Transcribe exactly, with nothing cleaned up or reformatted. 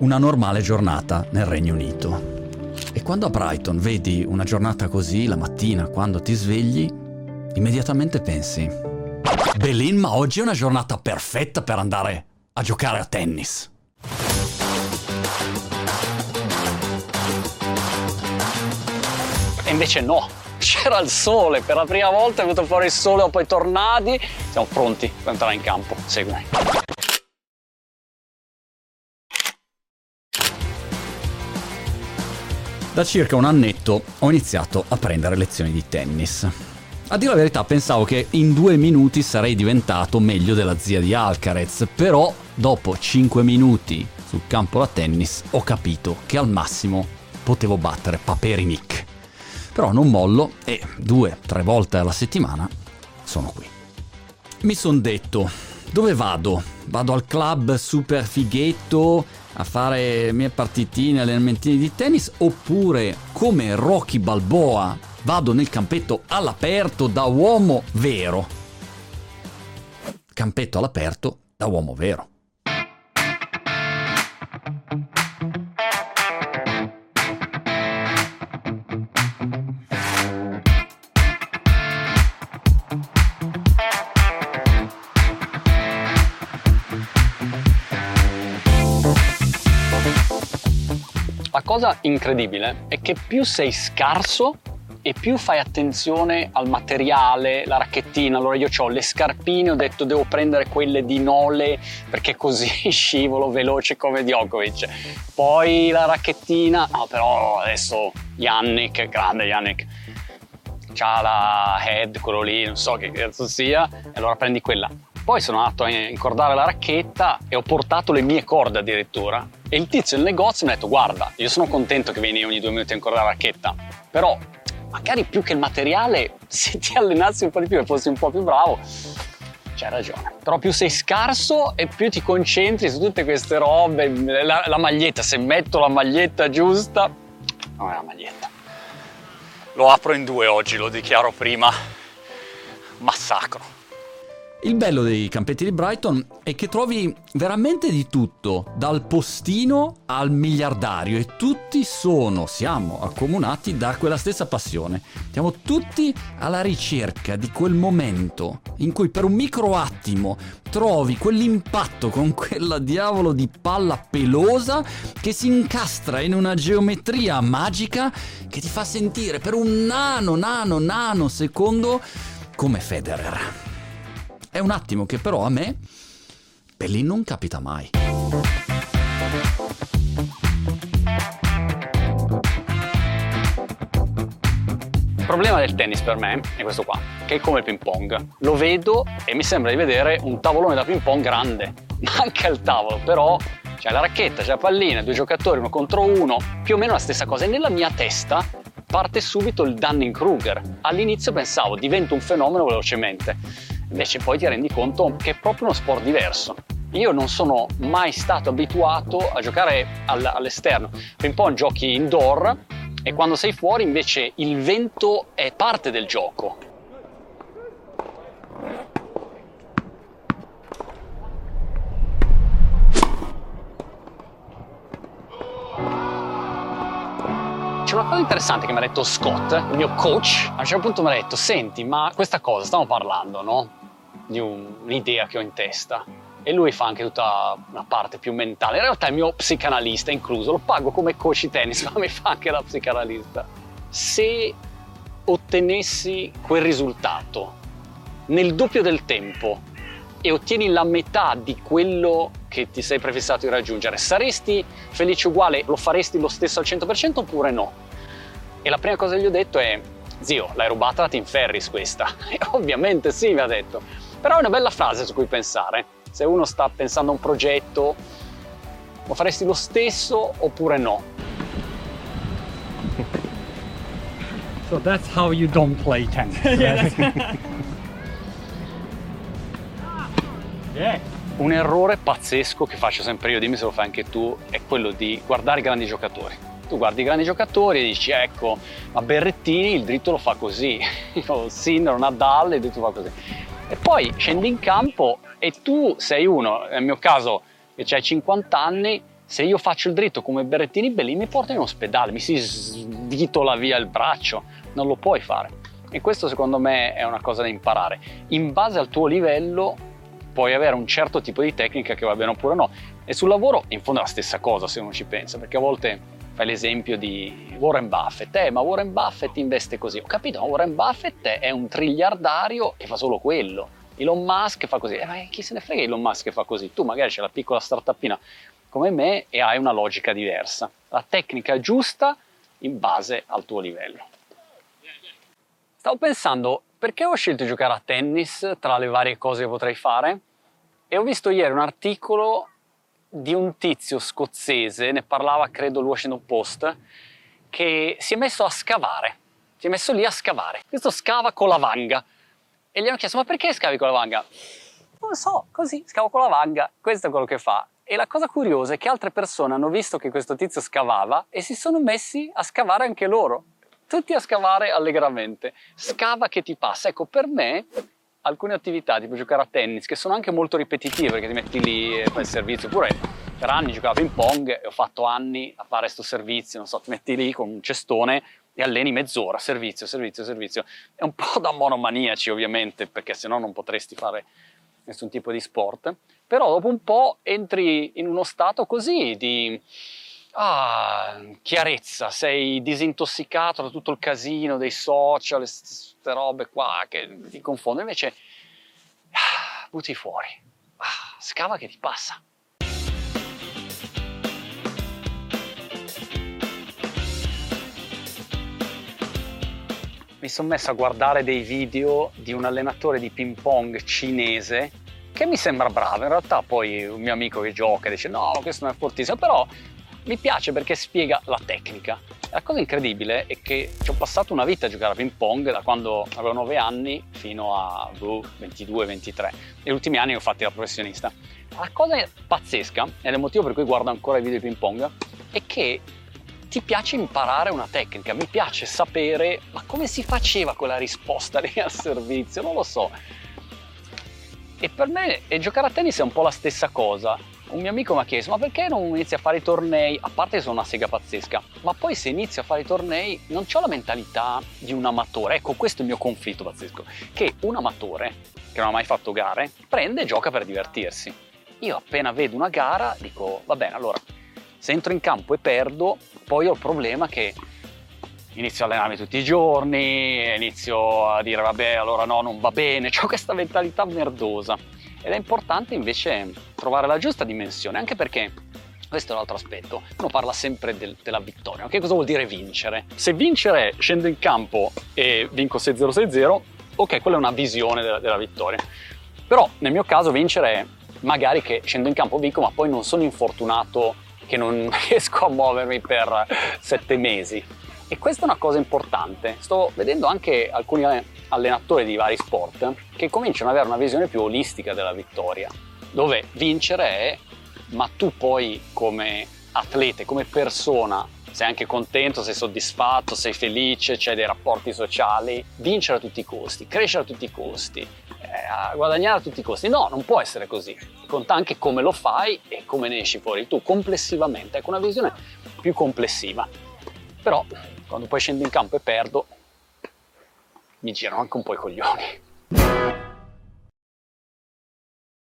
una normale giornata nel Regno Unito. E quando a Brighton vedi una giornata così, la mattina, quando ti svegli, immediatamente pensi: Belin, ma oggi è una giornata perfetta per andare a giocare a tennis. E invece no, c'era il sole, per la prima volta è venuto fuori il sole, dopo i tornadi. Siamo pronti per entrare in campo, seguimi. Da circa un annetto ho iniziato a prendere lezioni di tennis. A dire la verità pensavo che in due minuti sarei diventato meglio della zia di Alcaraz, però dopo cinque minuti sul campo da tennis ho capito che al massimo potevo battere Paperinik. Però non mollo e due, tre volte alla settimana sono qui. Mi son detto: dove vado? Vado al club super fighetto a fare le mie partitine, allenamentini di tennis, oppure come Rocky Balboa vado nel campetto all'aperto da uomo vero? Campetto all'aperto da uomo vero. La cosa incredibile è che più sei scarso e più fai attenzione al materiale, la racchettina. Allora io ho le scarpine, ho detto devo prendere quelle di Nole perché così scivolo veloce come Djokovic. Poi la racchettina, no però adesso Jannik, grande Jannik, c'ha la head, quello lì, non so che cazzo sia, e allora prendi quella. Poi sono andato a incordare la racchetta e ho portato le mie corde addirittura. E il tizio del negozio mi ha detto: guarda, io sono contento che vieni ogni due minuti a incordare la racchetta, però magari più che il materiale, se ti allenassi un po' di più e fossi un po' più bravo, c'hai ragione. Però più sei scarso e più ti concentri su tutte queste robe. La, la maglietta, se metto la maglietta giusta, non è la maglietta. Lo apro in due oggi, lo dichiaro prima. Massacro. Il bello dei campetti di Brighton è che trovi veramente di tutto, dal postino al miliardario, e tutti sono, siamo accomunati da quella stessa passione. Siamo tutti alla ricerca di quel momento in cui per un micro attimo trovi quell'impatto con quella diavolo di palla pelosa che si incastra in una geometria magica che ti fa sentire per un nano, nano, nano secondo come Federer. È un attimo che però a me, Belin, non capita mai. Il problema del tennis per me è questo qua, che è come il ping pong. Lo vedo e mi sembra di vedere un tavolone da ping pong grande. Manca il tavolo, però c'è la racchetta, c'è la pallina, due giocatori, uno contro uno, più o meno la stessa cosa. E nella mia testa parte subito il Dunning-Kruger. All'inizio pensavo divento un fenomeno velocemente. Invece poi ti rendi conto che è proprio uno sport diverso. Io non sono mai stato abituato a giocare all'esterno. Ping pong giochi indoor e quando sei fuori invece il vento è parte del gioco. C'è una cosa interessante che mi ha detto Scott, il mio coach. A un certo punto mi ha detto: senti, ma questa cosa, stiamo parlando, no? Di un, un'idea che ho in testa. E lui fa anche tutta una parte più mentale. In realtà è il mio psicanalista incluso, lo pago come coach di tennis, ma mi fa anche da psicanalista. Se ottenessi quel risultato nel doppio del tempo e ottieni la metà di quello che ti sei prefissato di raggiungere, saresti felice uguale? Lo faresti lo stesso al cento per cento oppure no? E la prima cosa che gli ho detto è: zio, l'hai rubata da Tim Ferriss questa. E ovviamente sì, mi ha detto. Però è una bella frase su cui pensare. Se uno sta pensando a un progetto, lo faresti lo stesso oppure no? So that's how you don't play tennis. Right? Yeah. Un errore pazzesco che faccio sempre io, dimmi se lo fai anche tu, è quello di guardare i grandi giocatori. Tu guardi i grandi giocatori e dici: ecco, ma Berrettini il dritto lo fa così, Sinner, Nadal il dritto lo fa così. E poi scendi in campo e tu sei uno, nel mio caso che c'hai cinquanta anni, Se io faccio il dritto come Berrettini Bellini mi portano in ospedale, mi si svitola via il braccio, non lo puoi fare. E questo secondo me è una cosa da imparare. In base al tuo livello puoi avere un certo tipo di tecnica che va bene oppure no. E sul lavoro in fondo è la stessa cosa se uno ci pensa, perché a volte fai l'esempio di Warren Buffett, eh, ma Warren Buffett investe così. Ho capito, ma Warren Buffett è un triliardario che fa solo quello. Elon Musk fa così, eh, ma chi se ne frega Elon Musk che fa così? Tu magari c'è la piccola startupina come me e hai una logica diversa. La tecnica giusta in base al tuo livello. Stavo pensando, perché ho scelto di giocare a tennis tra le varie cose che potrei fare? E ho visto ieri un articolo di un tizio scozzese, ne parlava credo il Washington Post, che si è messo a scavare, si è messo lì a scavare. Questo scava con la vanga. E gli hanno chiesto, ma perché scavi con la vanga? Non lo so, così, scavo con la vanga, questo è quello che fa. E la cosa curiosa è che altre persone hanno visto che questo tizio scavava e si sono messi a scavare anche loro. Tutti a scavare allegramente. Scava che ti passa. Ecco, per me alcune attività, tipo giocare a tennis, che sono anche molto ripetitive, perché ti metti lì e fai il servizio. Oppure per anni giocavo a ping pong e ho fatto anni a fare sto servizio, non so, ti metti lì con un cestone e alleni mezz'ora, servizio, servizio, servizio. È un po' da monomaniaci ovviamente, perché sennò non potresti fare nessun tipo di sport, però dopo un po' entri in uno stato così di ah, chiarezza, sei disintossicato da tutto il casino dei social, queste robe qua che ti confondono, invece ah, butti fuori, ah, scava che ti passa. Mi sono messo a guardare dei video di un allenatore di ping pong cinese che mi sembra bravo. In realtà poi un mio amico che gioca dice no, questo non è fortissimo, però mi piace perché spiega la tecnica. La cosa incredibile è che ci ho passato una vita a giocare a ping pong da quando avevo nove anni fino a boh, ventidue ventitré, e gli ultimi anni li ho fatti da professionista. La cosa pazzesca, ed è il motivo per cui guardo ancora i video di ping pong, è che ti piace imparare una tecnica, mi piace sapere ma come si faceva quella risposta lì al servizio, non lo so. E per me e giocare a tennis è un po' la stessa cosa. Un mio amico mi ha chiesto ma perché non inizi a fare i tornei? A parte che sono una sega pazzesca, ma poi se inizio a fare i tornei non ho la mentalità di un amatore. Ecco, questo è il mio conflitto pazzesco, che un amatore che non ha mai fatto gare prende e gioca per divertirsi. Io appena vedo una gara dico va bene, allora se entro in campo e perdo, poi ho il problema che inizio a allenarmi tutti i giorni, inizio a dire vabbè allora no, non va bene, ho questa mentalità merdosa. Ed è importante invece trovare la giusta dimensione, anche perché questo è l'altro aspetto, uno parla sempre del, della vittoria. Che cosa vuol dire vincere? Se vincere scendo in campo e vinco sei zero sei zero, ok, quella è una visione della, della vittoria. Però nel mio caso vincere è magari che scendo in campo, vinco, ma poi non sono infortunato, che non riesco a muovermi per sette mesi. E questa è una cosa importante. Sto vedendo anche alcuni allenatori di vari sport che cominciano ad avere una visione più olistica della vittoria, dove vincere è, ma tu poi come atleta, come persona, sei anche contento, sei soddisfatto, sei felice, c'hai dei rapporti sociali, vincere a tutti i costi, crescere a tutti i costi, eh, guadagnare a tutti i costi. No, non può essere così. Conta anche come lo fai e come ne esci fuori tu complessivamente. Ecco, una visione più complessiva. Però quando poi scendo in campo e perdo, mi girano anche un po' i coglioni.